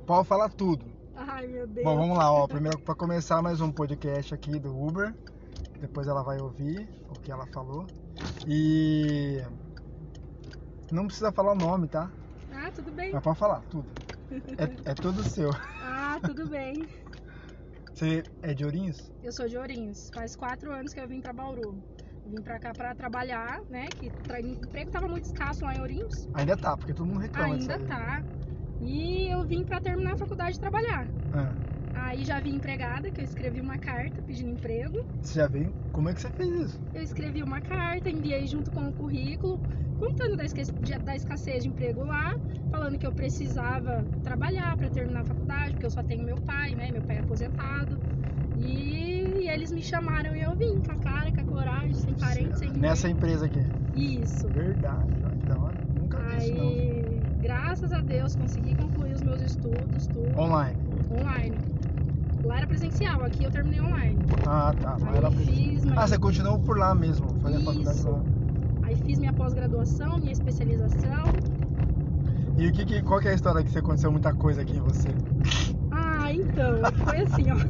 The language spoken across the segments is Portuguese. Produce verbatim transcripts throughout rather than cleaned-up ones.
Pode falar tudo. Ai, meu Deus. Bom, vamos lá, ó. Primeiro, para começar mais um podcast aqui do Uber. Depois ela vai ouvir o que ela falou. E não precisa falar o nome, tá? Ah, tudo bem. Mas pode falar, tudo. É, é tudo seu. Ah, tudo bem. Você é de Ourinhos? Eu sou de Ourinhos. Faz quatro anos que eu vim pra Bauru. Eu vim pra cá pra trabalhar, né? Que tra... emprego tava muito escasso lá em Ourinhos. Ainda tá, porque todo mundo reclama disso Ainda aí. tá. E eu vim pra terminar a faculdade de trabalhar. Ah. Aí já vim empregada, que eu escrevi uma carta pedindo emprego. Você já veio? Como é que você fez isso? Eu escrevi uma carta, enviei junto com o currículo, contando da, esque... da escassez de emprego lá, falando que eu precisava trabalhar para terminar a faculdade, porque eu só tenho meu pai, né? Meu pai é aposentado. E eles me chamaram e eu vim com a cara, com a coragem, sem parente, sem ninguém. Nessa empresa aqui? Isso. Verdade, olha que da hora. Nunca vi isso, Aí, não. graças a Deus, consegui concluir os meus estudos, tudo. Online? Online. Lá era presencial, aqui eu terminei online. Ah, tá. Lá Aí era fiz, mas... Ah, você continuou por lá mesmo, fazendo faculdade Isso. lá. Aí fiz minha pós-graduação, minha especialização. E o que, que, qual que é a história que você aconteceu muita coisa aqui em você? Ah, então, foi assim, ó.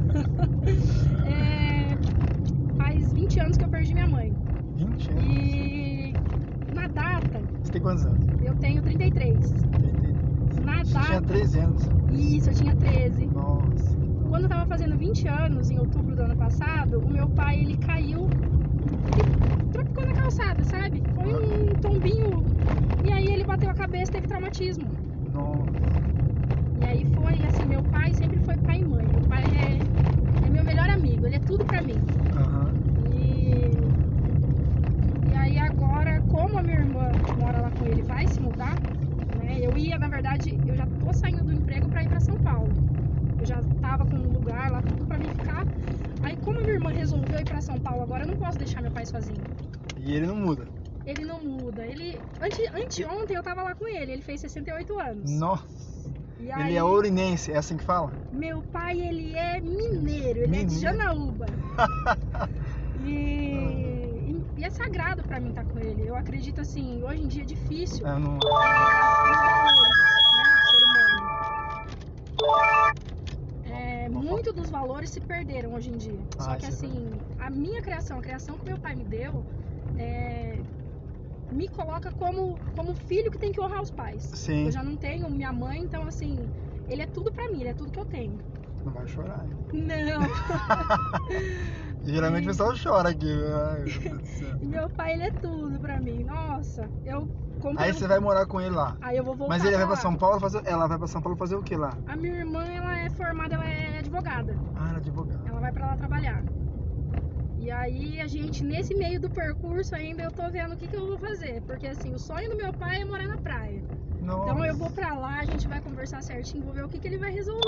É, faz vinte anos que eu perdi minha mãe. vinte anos? E na data, Você tem quantos anos? eu tenho trinta e três. Na Você data... tinha treze anos? Isso, eu tinha treze. Nossa. Quando eu tava fazendo vinte anos, em outubro do ano passado, o meu pai, ele caiu e tropicou na calçada, sabe? Foi um tombinho. E aí ele bateu a cabeça e teve traumatismo. Nossa. E aí foi, assim, meu pai sempre foi pai e mãe. Meu pai é, é meu melhor amigo, ele é tudo pra mim. Aham. E, e aí agora, como a minha irmã mora lá com ele, vai se mudar, né? Eu ia, na verdade, eu já tô saindo do emprego pra ir pra São Paulo. Eu já tava com um lugar lá, tudo pra mim ficar. Aí como a minha irmã resolveu ir pra São Paulo agora, eu não posso deixar meu pai sozinho. E ele não muda? Ele não muda. Ele, ante, anteontem eu tava lá com ele, ele fez sessenta e oito anos. Nossa. E aí, Ele é ourinense, é assim que fala? meu pai, ele é mineiro, ele Mineiro. é de Janaúba. e, e, e é sagrado pra mim estar com ele. Eu acredito assim, hoje em dia é difícil Eu não... os valores, né, do ser humano. É, muito dos valores se perderam hoje em dia. Ah, Só que isso é assim, a minha criação, a criação que meu pai me deu, é, me coloca como, como filho que tem que honrar os pais. Sim. Eu já não tenho minha mãe, então assim, ele é tudo pra mim, ele é tudo que eu tenho. Não vai chorar, hein? Não. Geralmente E- o pessoal chora aqui. Ai, meu Deus do céu. E meu pai, ele é tudo pra mim. Nossa, eu comprei Aí um- você vai morar com ele lá. Aí eu vou voltar Mas ele vai pra lá. São Paulo fazer... Ela vai pra São Paulo fazer o que lá? A minha irmã, ela é formada, ela é advogada. Ah, era advogado. Ela vai pra lá trabalhar. E aí a gente, nesse meio do percurso ainda, eu tô vendo o que, que eu vou fazer. Porque assim, o sonho do meu pai é morar na praia. Nossa. Então eu vou pra lá, a gente vai conversar certinho, vou ver o que, que ele vai resolver.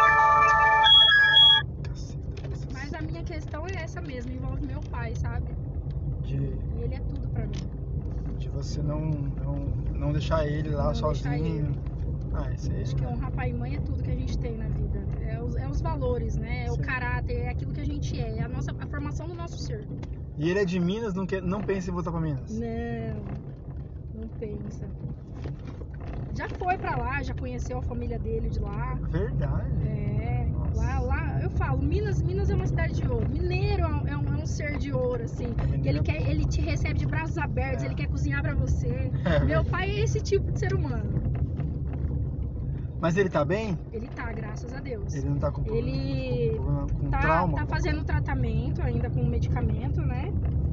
Caceta, Mas a minha questão é essa mesmo, envolve meu pai, sabe? de, E ele é tudo pra mim. de você não, não, não deixar ele lá Não deixar sozinho. Ah, isso aí. Acho que honrar pai e mãe é tudo que a gente tem na vida. É os, é os valores, né? É o Sim. caráter, é aquilo que a gente é. É a, nossa, a formação do nosso ser. E ele é de Minas, não, quer, não pensa em voltar pra Minas? Não, não pensa. Já foi pra lá, já conheceu a família dele de lá. Verdade. É, Nossa. lá, lá, eu falo, Minas, Minas é uma cidade de ouro. Mineiro é um, é um, é um ser de ouro, assim. Mineiro Ele, é- quer, ele te recebe de braços abertos, É. ele quer cozinhar pra você. É Meu verdade. pai é esse tipo de ser humano. Mas ele tá bem? Ele tá, graças a Deus. Ele não tá com problema, Ele com, problema, com Tá, trauma? tá fazendo tratamento ainda com medicamento, né?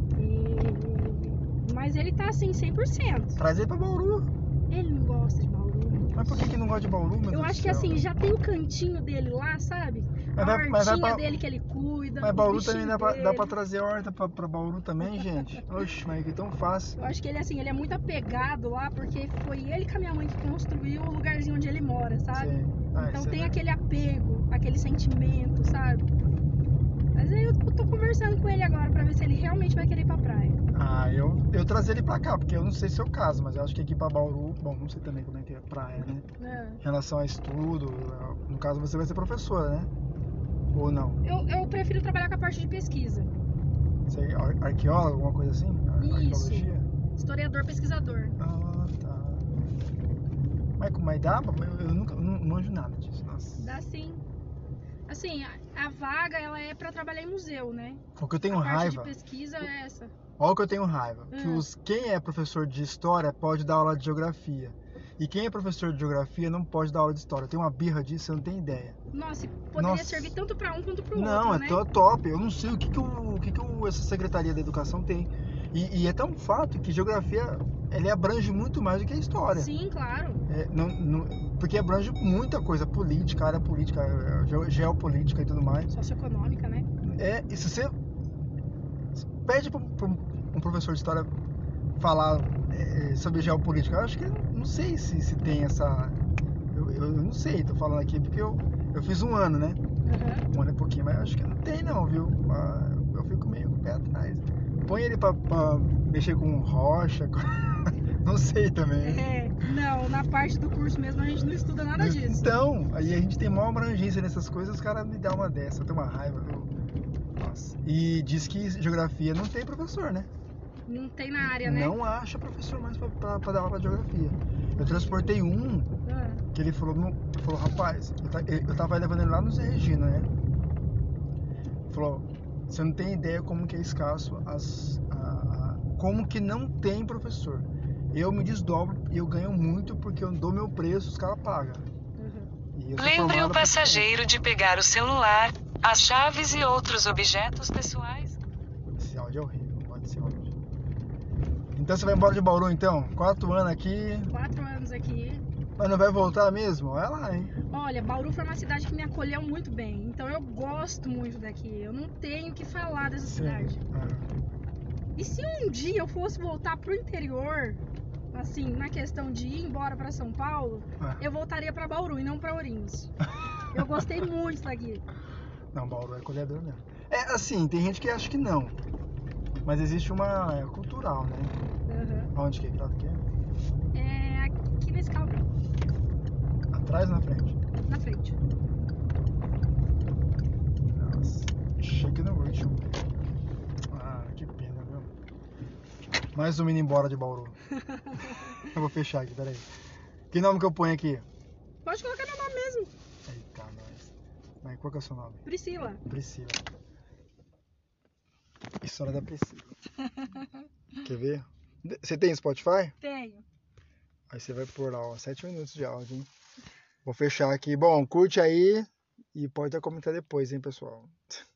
E... Mas ele tá assim, cem por cento. Traz ele pra Bauru. Ele não gosta de Bauru. Mas por que, que não gosta de Bauru, meu Eu Deus acho do que céu? assim, já tem o cantinho dele lá, sabe? Mas a vai- mas vai hortinha pra- dele que ele cuida. Mas o Bauru bichinho também dá pra, dele. dá pra trazer horta pra, pra Bauru também, gente. Oxe, mas que tão fácil. Eu acho que ele assim, ele é muito apegado lá, porque foi ele com a minha mãe que construiu o lugarzinho onde ele mora, sabe? Sim. Ah, Então isso é tem verdade. aquele apego, aquele sentimento, sabe? Mas aí eu tô conversando com ele agora pra ver se ele realmente vai querer ir pra praia. Ah, eu, eu trazer ele pra cá, porque eu não sei se é o caso, mas eu acho que aqui pra Bauru, bom, não sei também como é que é praia, né? É. Em relação a estudo, no caso você vai ser professora, né? Ou não? Eu, eu prefiro trabalhar com a parte de pesquisa. Você é ar- arqueólogo, alguma coisa assim? Ar- Isso. Arqueologia? Historiador, pesquisador. Ah, tá. Mas, mas dá? Eu, eu nunca não manjo nada disso, nossa. Nossa. Dá sim. Assim, a, a vaga, ela é pra trabalhar em museu, né? O que eu tenho a parte raiva... de pesquisa é essa. Olha o que eu tenho raiva. Que Hum. os, quem é professor de história pode dar aula de geografia. E quem é professor de geografia não pode dar aula de história. Tem uma birra disso, você não tem ideia. Nossa, e poderia Nossa. servir tanto pra um quanto pro Não, outro, é né? to- top. Eu não sei o que, que, o, o que, que o, essa Secretaria da Educação tem. E, e é tão fato que geografia ele abrange muito mais do que a história. Sim, claro. É, não, não, porque abrange muita coisa, política, área política, ge- geopolítica e tudo mais. Socioeconômica, né? É, e se você pede para um professor de história falar é, sobre geopolítica, eu acho que não sei se, se tem essa. Eu, eu não sei, tô falando aqui porque eu, eu fiz um ano, né? Uhum. Um ano e pouquinho, mas acho que não tem não, viu? Ah, eu fico meio com o pé atrás. Põe ele pra, pra mexer com rocha, com... não sei também. É, não, na parte do curso mesmo a gente não estuda nada disso. Então, aí a gente tem maior abrangência nessas coisas, os caras me dão uma dessa, eu tenho uma raiva, viu? Nossa. E diz que geografia não tem professor, né? Não tem na área, né? Não acha professor mais pra, pra, pra dar aula de geografia. Eu transportei um Ah, que ele falou, meu, ele falou, rapaz, eu, ta- ele- eu tava levando ele lá no Zé Regina, né? Ele falou, você não tem ideia como que é escasso, as, a, a- como que não tem professor. Eu me desdobro e eu ganho muito porque eu dou meu preço, os caras pagam. uhum. E eu sou Lembre formado o pra- passageiro de pegar o celular, as chaves e outros objetos pessoais. Esse áudio é horrível, não pode ser áudio. Então você vai embora de Bauru então? Quatro anos aqui, Quatro anos aqui. mas não vai voltar mesmo? Olha lá, hein? Olha, Bauru foi uma cidade que me acolheu muito bem. Então eu gosto muito daqui. Eu não tenho o que falar dessa cidade. Ah, E se um dia eu fosse voltar pro interior, assim, na questão de ir embora pra São Paulo, ah. eu voltaria pra Bauru e não pra Ourinhos. Eu gostei muito daqui. Não, Bauru é acolhedor mesmo. É assim, tem gente que acha que não. Mas existe uma é, cultural, né? Uhum. Aonde que é? Que lado que é? É aqui nesse carro aqui, Atrás ou na frente? na frente. Nossa, chega no último. Ah, que pena, viu? Mais um indo embora de Bauru. Eu vou fechar aqui, peraí. Que nome que eu ponho aqui? Pode colocar meu nome mesmo. Eita, nós. Mas qual que é o seu nome? Priscila. Priscila. História da Priscila. Quer ver? Você tem Spotify? Tenho. Aí você vai pôr lá, ó, sete minutos de áudio, hein? Vou fechar aqui. Bom, curte aí e pode até comentar depois, hein, pessoal?